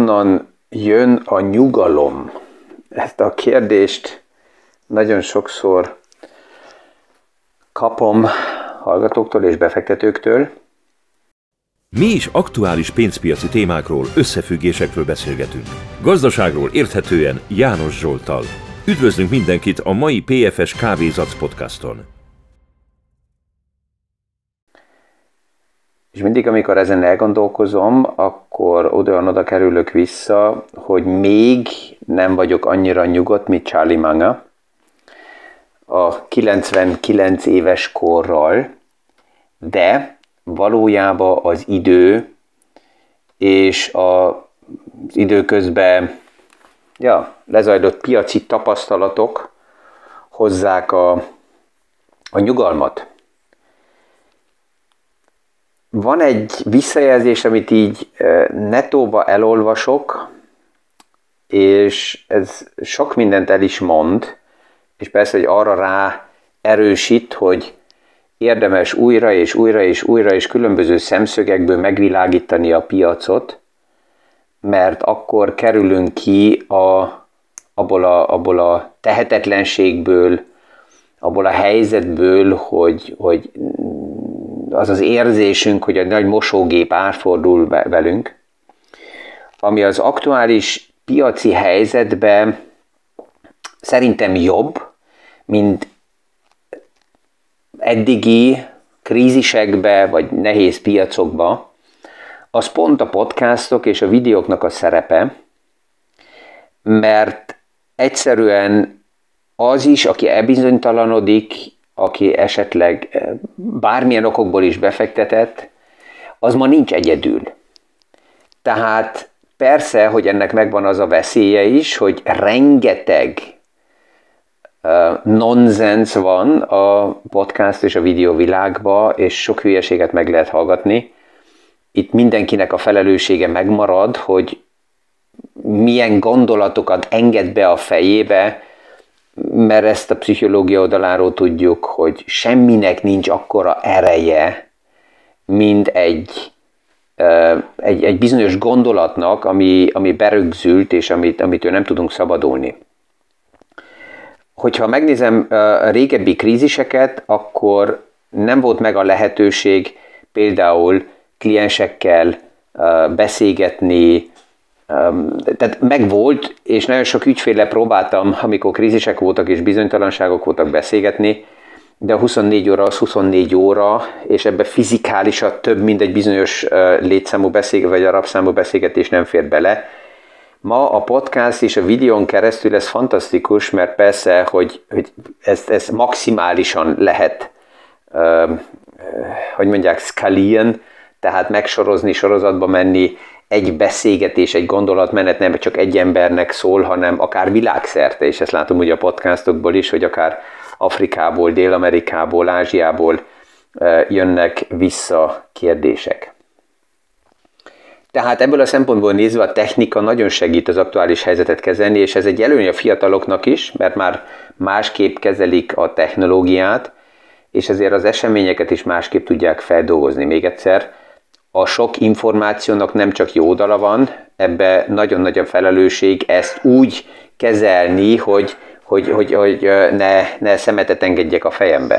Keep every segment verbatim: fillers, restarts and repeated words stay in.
honnan jön a nyugalom? Ezt a kérdést nagyon sokszor kapom hallgatóktól és befektetőktől. Mi is aktuális pénzpiaci témákról, összefüggésekről beszélgetünk. Gazdaságról érthetően János Zsolttal. Üdvözlünk mindenkit a mai pé ef es Kávézac podcaston. És mindig, amikor ezen elgondolkozom, akkor oda-oda kerülök vissza, hogy még nem vagyok annyira nyugodt, mint Charlie Munger a kilencvenkilenc éves korral, de valójában az idő és az időközben ja, lezajlott piaci tapasztalatok hozzák a, a nyugalmat. Van egy visszajelzés, amit így netóba elolvasok, és ez sok mindent el is mond, és persze, hogy arra rá erősít, hogy érdemes újra és újra és újra és különböző szemszögekből megvilágítani a piacot, mert akkor kerülünk ki a, abból, a, abból a tehetetlenségből, abból a helyzetből, hogy, hogy az az érzésünk, hogy egy nagy mosógép átfordul velünk, ami az aktuális piaci helyzetben szerintem jobb, mint eddigi krízisekbe vagy nehéz piacokba, az pont a podcastok és a videóknak a szerepe, mert egyszerűen az is, aki elbizonytalanodik, aki esetleg bármilyen okokból is befektetett, az ma nincs egyedül. Tehát persze, hogy ennek megvan az a veszélye is, hogy rengeteg uh, nonsens van a podcast és a videó világban, és sok hülyeséget meg lehet hallgatni. Itt mindenkinek a felelőssége megmarad, hogy milyen gondolatokat enged be a fejébe, mert ezt a pszichológia oldaláról tudjuk, hogy semminek nincs akkora ereje, mint egy, egy, egy bizonyos gondolatnak, ami, ami berögzült, és amit, amitől nem tudunk szabadulni. Hogyha megnézem a régebbi kríziseket, akkor nem volt meg a lehetőség például kliensekkel beszélgetni, tehát megvolt, és nagyon sok ügyféllel próbáltam, amikor krízisek voltak és bizonytalanságok voltak beszélgetni, de a huszonnégy óra az huszonnégy óra, és ebbe fizikálisan több, mint egy bizonyos létszámú beszélgetés, vagy arabszámú beszélgetés nem fér bele. Ma a podcast és a videón keresztül ez fantasztikus, mert persze, hogy, hogy ezt, ezt maximálisan lehet, hogy mondják, skalieren, tehát megsorozni, sorozatba menni, egy beszélgetés, egy gondolatmenet nem csak egy embernek szól, hanem akár világszerte, és ezt látom ugye a podcastokból is, hogy akár Afrikából, Dél-Amerikából, Ázsiából jönnek vissza kérdések. Tehát ebből a szempontból nézve a technika nagyon segít az aktuális helyzetet kezelni, és ez egy előny a fiataloknak is, mert már másképp kezelik a technológiát, és ezért az eseményeket is másképp tudják feldolgozni. Még egyszer, a sok információnak nem csak jó oldala van, ebbe nagyon nagy a felelősség ezt úgy kezelni, hogy, hogy, hogy, hogy ne, ne szemetet engedjek a fejembe.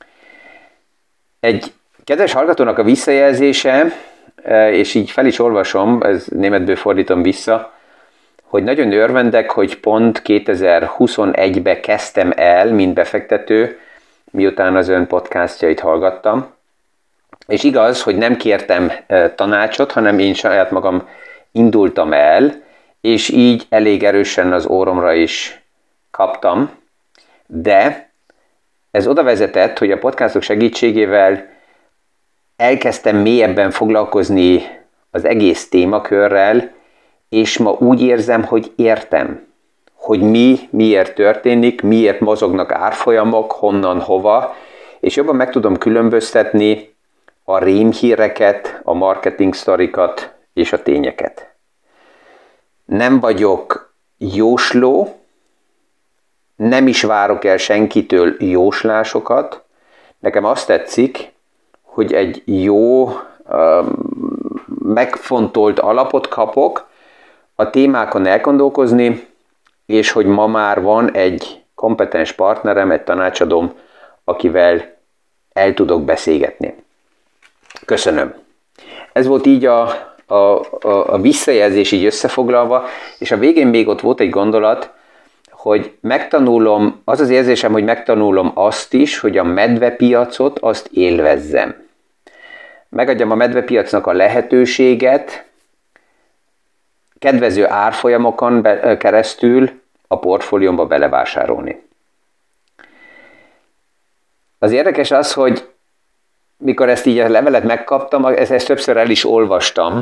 Egy kedves hallgatónak a visszajelzése, és így fel is olvasom, ez németből fordítom vissza, hogy nagyon örvendek, hogy pont kétezer-huszonegyben kezdtem el, mint befektető, miután az ön podcastjait hallgattam. És igaz, hogy nem kértem tanácsot, hanem én saját magam indultam el, és így elég erősen az óromra is kaptam, de ez oda vezetett, hogy a podcastok segítségével elkezdtem mélyebben foglalkozni az egész témakörrel, és ma úgy érzem, hogy értem, hogy mi, miért történik, miért mozognak árfolyamok, honnan, hova, és jobban meg tudom különböztetni a rémhíreket, a marketing sztorikat és a tényeket. Nem vagyok jósló, nem is várok el senkitől jóslásokat. Nekem azt tetszik, hogy egy jó, megfontolt alapot kapok, a témákon elgondolkozni, és hogy ma már van egy kompetens partnerem, egy tanácsadóm, akivel el tudok beszélgetni. Köszönöm. Ez volt így a, a, a, a visszajelzés így összefoglalva, és a végén még ott volt egy gondolat, hogy megtanulom, az az érzésem, hogy megtanulom azt is, hogy a medvepiacot azt élvezzem. Megadjam a medvepiacnak a lehetőséget, kedvező árfolyamokon be, keresztül a portfóliómba belevásárolni. Az érdekes az, hogy mikor ezt így a levelet megkaptam, ezt, ezt többször el is olvastam,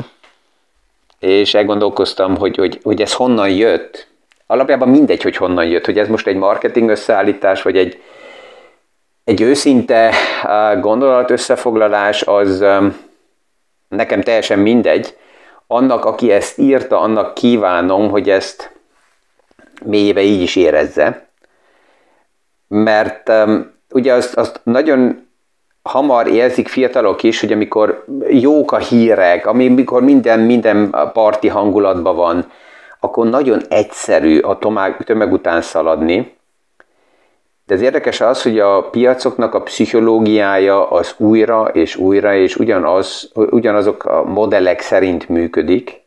és elgondolkoztam, hogy, hogy, hogy ez honnan jött. Alapjában mindegy, hogy honnan jött, hogy ez most egy marketing összeállítás, vagy egy, egy őszinte gondolat összefoglalás, az nekem teljesen mindegy. Annak, aki ezt írta, annak kívánom, hogy ezt mélyébe így is érezze. Mert um, ugye azt, azt nagyon hamar érzik fiatalok is, hogy amikor jók a hírek, amikor minden, minden parti hangulatban van, akkor nagyon egyszerű a tömeg, tömeg után szaladni. De az érdekes az, hogy a piacoknak a pszichológiája az újra és újra és ugyanaz, ugyanazok a modellek szerint működik.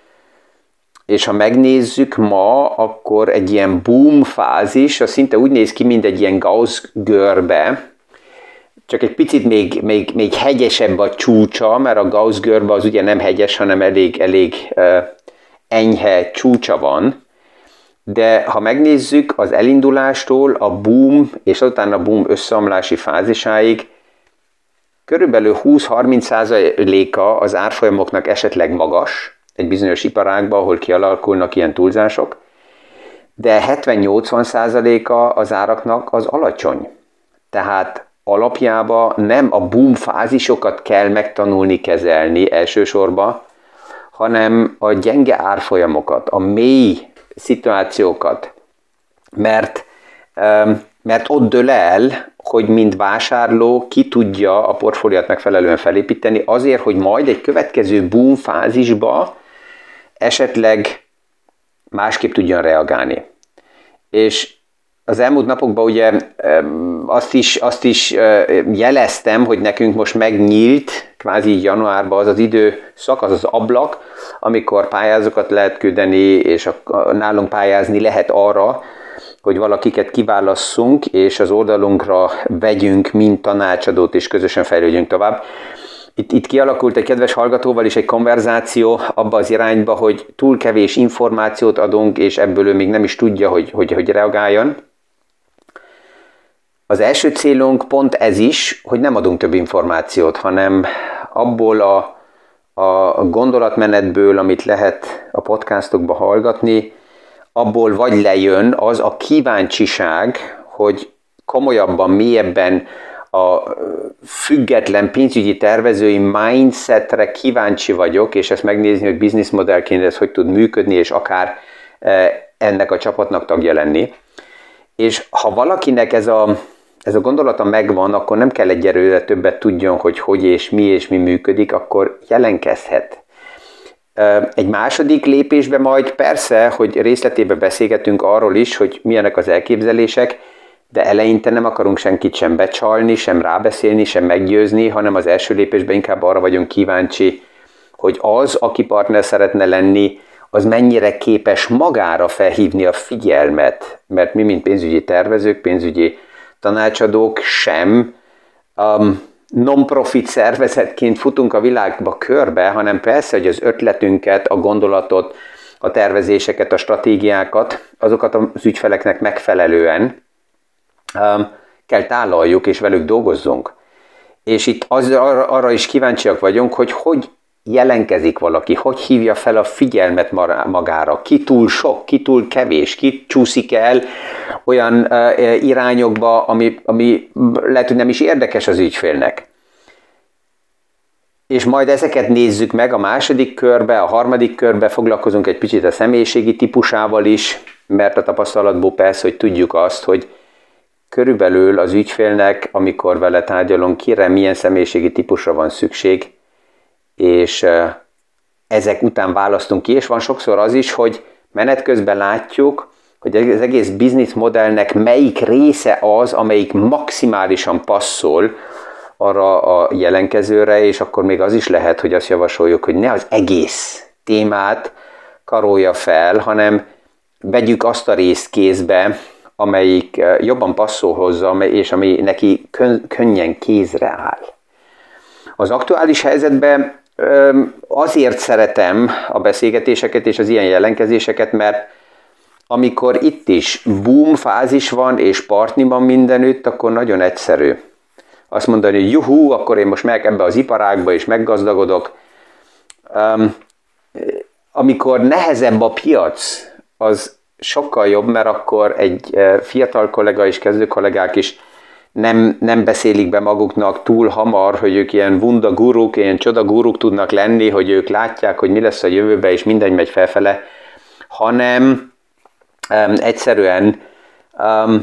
És ha megnézzük ma, akkor egy ilyen boom fázis, az szinte úgy néz ki, mint egy ilyen Gauss görbe, csak egy picit még, még, még hegyesebb a csúcsa, mert a Gauss görbe az ugye nem hegyes, hanem elég, elég uh, enyhe csúcsa van. De ha megnézzük az elindulástól a boom és azután a boom összeomlási fázisáig, körülbelül húsz-harminc százaléka az árfolyamoknak esetleg magas, egy bizonyos iparágban, ahol kialakulnak ilyen túlzások, de hetven-nyolcvan százaléka az áraknak az alacsony. Tehát alapjában nem a boom fázisokat kell megtanulni kezelni elsősorban, hanem a gyenge árfolyamokat, a mély szituációkat, mert, mert ott dől el, hogy mint vásárló ki tudja a portfóliót megfelelően felépíteni azért, hogy majd egy következő boom fázisba esetleg másképp tudjon reagálni. És az elmúlt napokban ugye azt is, azt is jeleztem, hogy nekünk most megnyílt, kvázi januárban az az időszak, az az ablak, amikor pályázókat lehet küldeni, és a, nálunk pályázni lehet arra, hogy valakiket kiválasszunk, és az oldalunkra vegyünk, mint tanácsadót, és közösen fejlődjünk tovább. Itt, itt kialakult egy kedves hallgatóval is egy konverzáció abba az irányba, hogy túl kevés információt adunk, és ebből ő még nem is tudja, hogy, hogy, hogy reagáljon. Az első célunk pont ez is, hogy nem adunk több információt, hanem abból a, a gondolatmenetből, amit lehet a podcastokba hallgatni, abból vagy lejön az a kíváncsiság, hogy komolyabban, mélyebben a független pénzügyi tervezői mindsetre kíváncsi vagyok, és ezt megnézni, hogy business modellként ez hogy tud működni, és akár ennek a csapatnak tagja lenni. És ha valakinek ez a, ez a gondolata megvan, akkor nem kell egy erőre többet tudjon, hogy hogy és mi és mi működik, akkor jelentkezhet. Egy második lépésben majd persze, hogy részletében beszélgetünk arról is, hogy milyenek az elképzelések, de eleinte nem akarunk senkit sem becsalni, sem rábeszélni, sem meggyőzni, hanem az első lépésben inkább arra vagyunk kíváncsi, hogy az, aki partner szeretne lenni, az mennyire képes magára felhívni a figyelmet, mert mi, mint pénzügyi tervezők, pénzügyi tanácsadók sem um, non-profit szervezetként futunk a világba körbe, hanem persze, hogy az ötletünket, a gondolatot, a tervezéseket, a stratégiákat, azokat az ügyfeleknek megfelelően um, kell tálaljuk, és velük dolgozzunk. És itt az, arra, arra is kíváncsiak vagyunk, hogy hogy jelenkezik valaki, hogy hívja fel a figyelmet magára, ki túl sok, ki túl kevés, ki csúszik el olyan uh, irányokba, ami, ami lehet, hogy nem is érdekes az ügyfélnek. És majd ezeket nézzük meg a második körbe, a harmadik körbe, foglalkozunk egy picit a személyiségi típusával is, mert a tapasztalatból persze, hogy tudjuk azt, hogy körülbelül az ügyfélnek, amikor vele tárgyalunk, kire milyen személyiségi típusra van szükség, és ezek után választunk ki, és van sokszor az is, hogy menet közben látjuk, hogy az egész business modellnek melyik része az, amelyik maximálisan passzol arra a jelenkezőre, és akkor még az is lehet, hogy azt javasoljuk, hogy ne az egész témát karolja fel, hanem vegyük azt a részt kézbe, amelyik jobban passzol hozzá, és ami neki kön- könnyen kézre áll. Az aktuális helyzetben azért szeretem a beszélgetéseket és az ilyen jelenkezéseket, mert amikor itt is boom fázis van és partni van mindenütt, akkor nagyon egyszerű. Azt mondani, hogy juhú, akkor én most megyek ebbe az iparágba és meggazdagodok. Um, amikor nehezebb a piac, az sokkal jobb, mert akkor egy fiatal kollega és kezdő kollégák is nem, nem beszélik be maguknak túl hamar, hogy ők ilyen vunda guruk, ilyen csoda guruk tudnak lenni, hogy ők látják, hogy mi lesz a jövőben, és minden megy felfele, hanem um, egyszerűen um,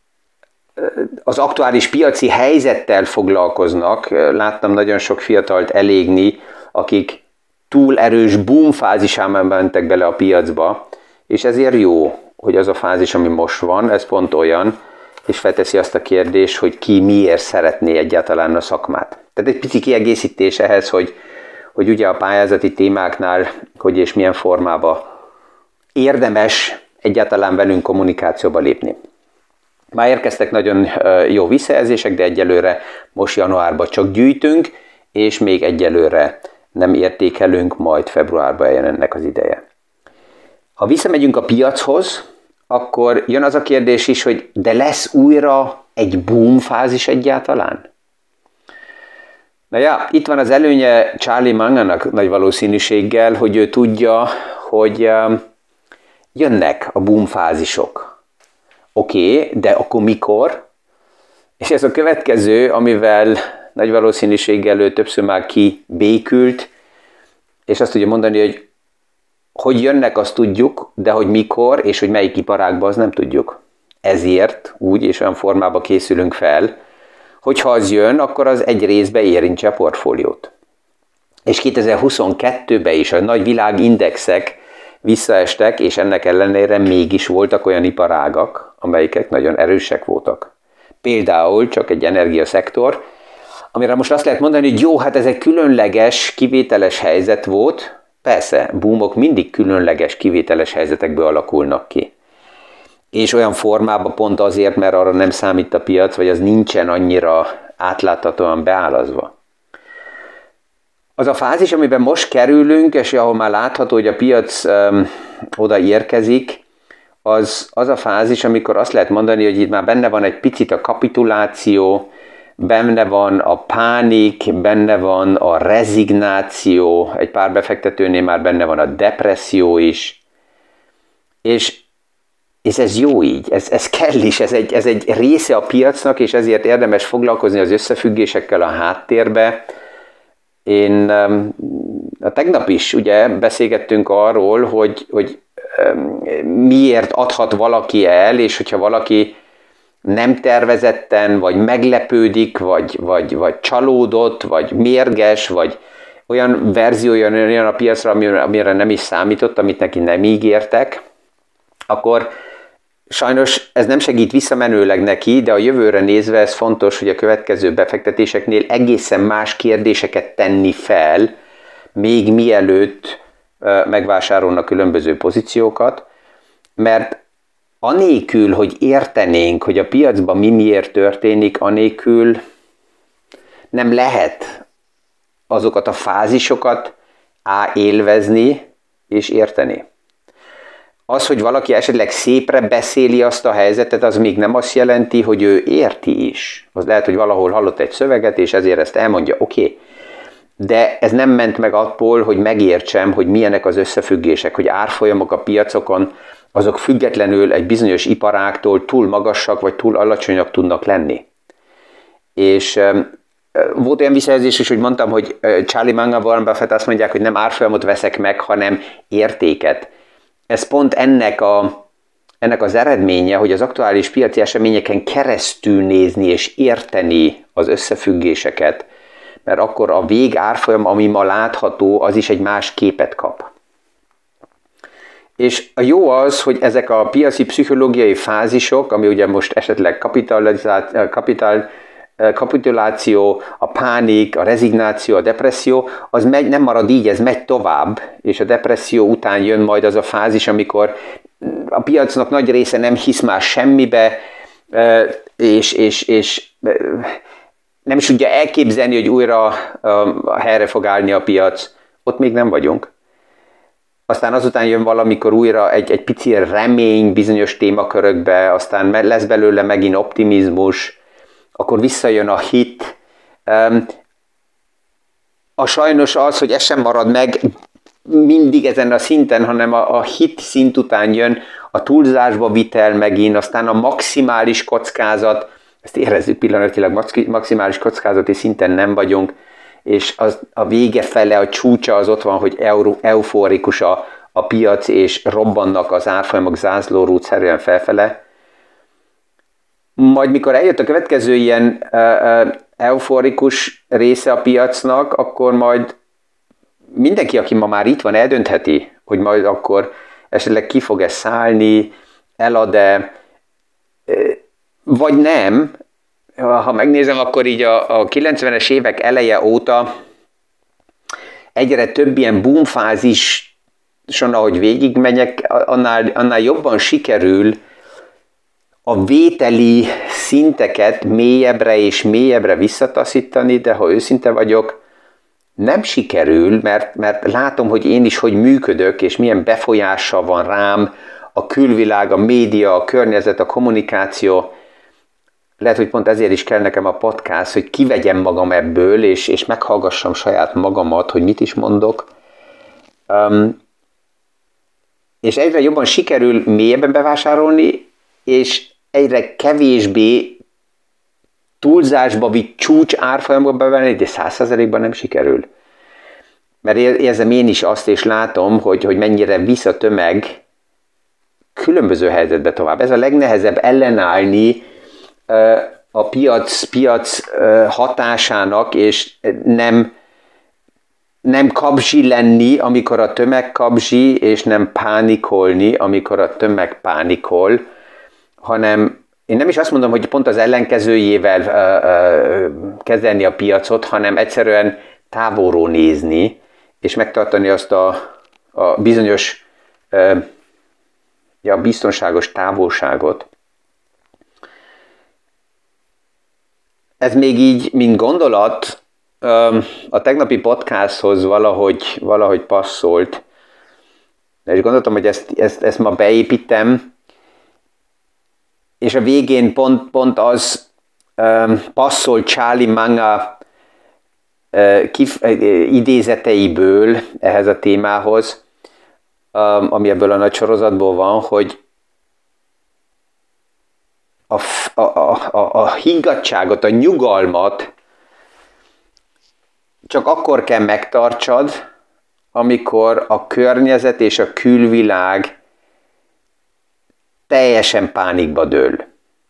az aktuális piaci helyzettel foglalkoznak. Láttam nagyon sok fiatalt elégni, akik túl erős boom fázisában mentek bele a piacba, és ezért jó, hogy az a fázis, ami most van, ez pont olyan, és felteszi azt a kérdést, hogy ki miért szeretné egyáltalán a szakmát. Tehát egy pici kiegészítés ehhez, hogy, hogy ugye a pályázati témáknál, hogy és milyen formában érdemes egyáltalán velünk kommunikációba lépni. Már érkeztek nagyon jó visszajelzések, de egyelőre most januárban csak gyűjtünk, és még egyelőre nem értékelünk, majd februárban eljön ennek az ideje. Ha visszamegyünk a piachoz, akkor jön az a kérdés is, hogy de lesz újra egy boom fázis egyáltalán? Na ja, itt van az előnye Charlie Mungernak nagy valószínűséggel, hogy ő tudja, hogy jönnek a boom fázisok. Oké, okay, de akkor mikor? És ez a következő, amivel nagy valószínűséggel ő többször már kibékült, és azt tudja mondani, hogy hogy jönnek, azt tudjuk, de hogy mikor, és hogy melyik iparágban, az nem tudjuk. Ezért úgy és olyan formában készülünk fel, hogy ha az jön, akkor az egy részbe érintse a portfóliót. És kétezer-huszonkettőben is a nagy világindexek visszaestek, és ennek ellenére mégis voltak olyan iparágak, amelyek nagyon erősek voltak. Például csak egy energiaszektor, amire most azt lehet mondani, hogy jó, hát ez egy különleges, kivételes helyzet volt. Persze, boomok mindig különleges, kivételes helyzetekből alakulnak ki. És olyan formában pont azért, mert arra nem számít a piac, vagy az nincsen annyira átláthatóan beállazva. Az a fázis, amiben most kerülünk, és ahol már látható, hogy a piac um, oda érkezik, az, az a fázis, amikor azt lehet mondani, hogy itt már benne van egy picit a kapituláció, benne van a pánik, benne van a rezignáció, egy pár befektetőnél már benne van a depresszió is, és, és ez jó így, ez, ez kell is, ez egy, ez egy része a piacnak, és ezért érdemes foglalkozni az összefüggésekkel a háttérbe. Én a tegnap is ugye beszélgettünk arról, hogy, hogy miért adhat valaki el, és hogyha valaki nem tervezetten, vagy meglepődik, vagy, vagy, vagy csalódott, vagy mérges, vagy olyan verzió jön a piacra, amire, amire nem is számított, amit neki nem ígértek, akkor sajnos ez nem segít visszamenőleg neki, de a jövőre nézve ez fontos, hogy a következő befektetéseknél egészen más kérdéseket tenni fel, még mielőtt megvásárolnak különböző pozíciókat, mert anélkül, hogy értenénk, hogy a piacban mi miért történik, anélkül nem lehet azokat a fázisokat á élvezni és érteni. Az, hogy valaki esetleg szépre beszéli azt a helyzetet, az még nem azt jelenti, hogy ő érti is. Az lehet, hogy valahol hallott egy szöveget, és ezért ezt elmondja, oké. Okay. De ez nem ment meg attól, hogy megértsem, hogy milyenek az összefüggések, hogy árfolyamok a piacokon, azok függetlenül egy bizonyos iparágtól túl magasak, vagy túl alacsonyak tudnak lenni. És um, volt olyan visszajelzés is, hogy mondtam, hogy Charlie Munger, Warren Buffett azt mondják, hogy nem árfolyamot veszek meg, hanem értéket. Ez pont ennek, a, ennek az eredménye, hogy az aktuális piaci eseményeken keresztül nézni és érteni az összefüggéseket. mert akkor a végárfolyam, ami ma látható, az is egy más képet kap. És a jó az, hogy ezek a piaci pszichológiai fázisok, ami ugye most esetleg kapitál, kapituláció, a pánik, a rezignáció, a depresszió, az megy, nem marad így, ez megy tovább, és a depresszió után jön majd az a fázis, amikor a piacnak nagy része nem hisz már semmibe, és, és, és nem is tudja elképzelni, hogy újra helyre fog állni a piac. Ott még nem vagyunk. Aztán azután jön valamikor újra egy, egy pici remény bizonyos témakörökbe, aztán lesz belőle megint optimizmus, akkor visszajön a hit. A sajnos az, hogy ez sem marad meg mindig ezen a szinten, hanem a, a hit szint után jön a túlzásba vitel megint, aztán a maximális kockázat, ezt érezzük pillanatilag, maximális kockázati szinten nem vagyunk, és az, a vége fele, a csúcsa az ott van, hogy euro, euforikus a, a piac, és robbannak az árfolyamok zászlórútszerűen felfele. Majd mikor eljött a következő ilyen uh, uh, euforikus része a piacnak, akkor majd mindenki, aki ma már itt van, eldöntheti, hogy majd akkor esetleg ki fog-e szállni, elad-e, vagy nem. Ha megnézem, akkor így a, a kilencvenes évek eleje óta egyre több ilyen boomfázison, ahogy végigmegyek, annál, annál jobban sikerül a vételi szinteket mélyebbre és mélyebbre visszataszítani, de ha őszinte vagyok, nem sikerül, mert, mert látom, hogy én is hogy működök, és milyen befolyással van rám a külvilág, a média, a környezet, a kommunikáció. Lehet, hogy pont ezért is kell nekem a podcast, hogy kivegyem magam ebből, és, és meghallgassam saját magamat, hogy mit is mondok. Um, és egyre jobban sikerül mélyebben bevásárolni, és egyre kevésbé túlzásba vitt csúcs árfolyamba bevenni, de száz százalékban nem sikerül. Mert érzem én is azt, és látom, hogy, hogy mennyire visz a tömeg különböző helyzetbe tovább. Ez a legnehezebb ellenállni a piac, piac hatásának, és nem, nem kabzsi lenni, amikor a tömeg kabzsi, és nem pánikolni, amikor a tömeg pánikol, hanem én nem is azt mondom, hogy pont az ellenkezőjével uh, uh, kezelni a piacot, hanem egyszerűen távolról nézni, és megtartani azt a, a bizonyos uh, ja, biztonságos távolságot. Ez még így, mint gondolat, um, a tegnapi podcasthoz valahogy, valahogy passzolt, és gondoltam, hogy ezt, ezt, ezt ma beépítem, és a végén pont, pont az um, passzol Charlie Munger uh, kif, uh, idézeteiből ehhez a témához, um, ami ebből a nagy sorozatból van, hogy a, a, a, a, a higgadtságot, a nyugalmat csak akkor kell megtartsad, amikor a környezet és a külvilág teljesen pánikba dől.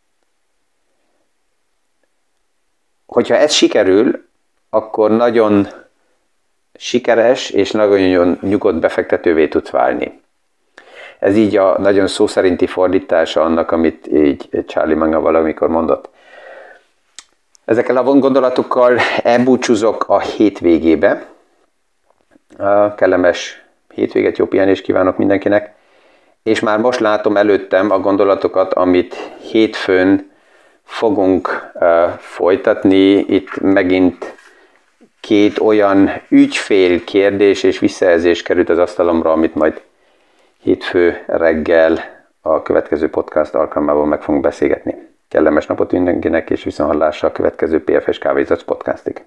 Hogyha ez sikerül, akkor nagyon sikeres és nagyon nyugodt befektetővé tudsz válni. Ez így a nagyon szó szerinti fordítása annak, amit így Charlie Munger valamikor mondott. Ezekkel a gondolatokkal elbúcsúzok a hétvégébe. Kellemes hétvéget, jó pihenést kívánok mindenkinek. És már most látom előttem a gondolatokat, amit hétfőn fogunk uh, folytatni. Itt megint két olyan ügyfél kérdés és visszajelzés került az asztalomra, amit majd hétfő reggel a következő podcast alkalmával meg fogunk beszélgetni. Kellemes napot mindenkinek, és viszonthallásra a következő pé ef es Kávézac podcastig.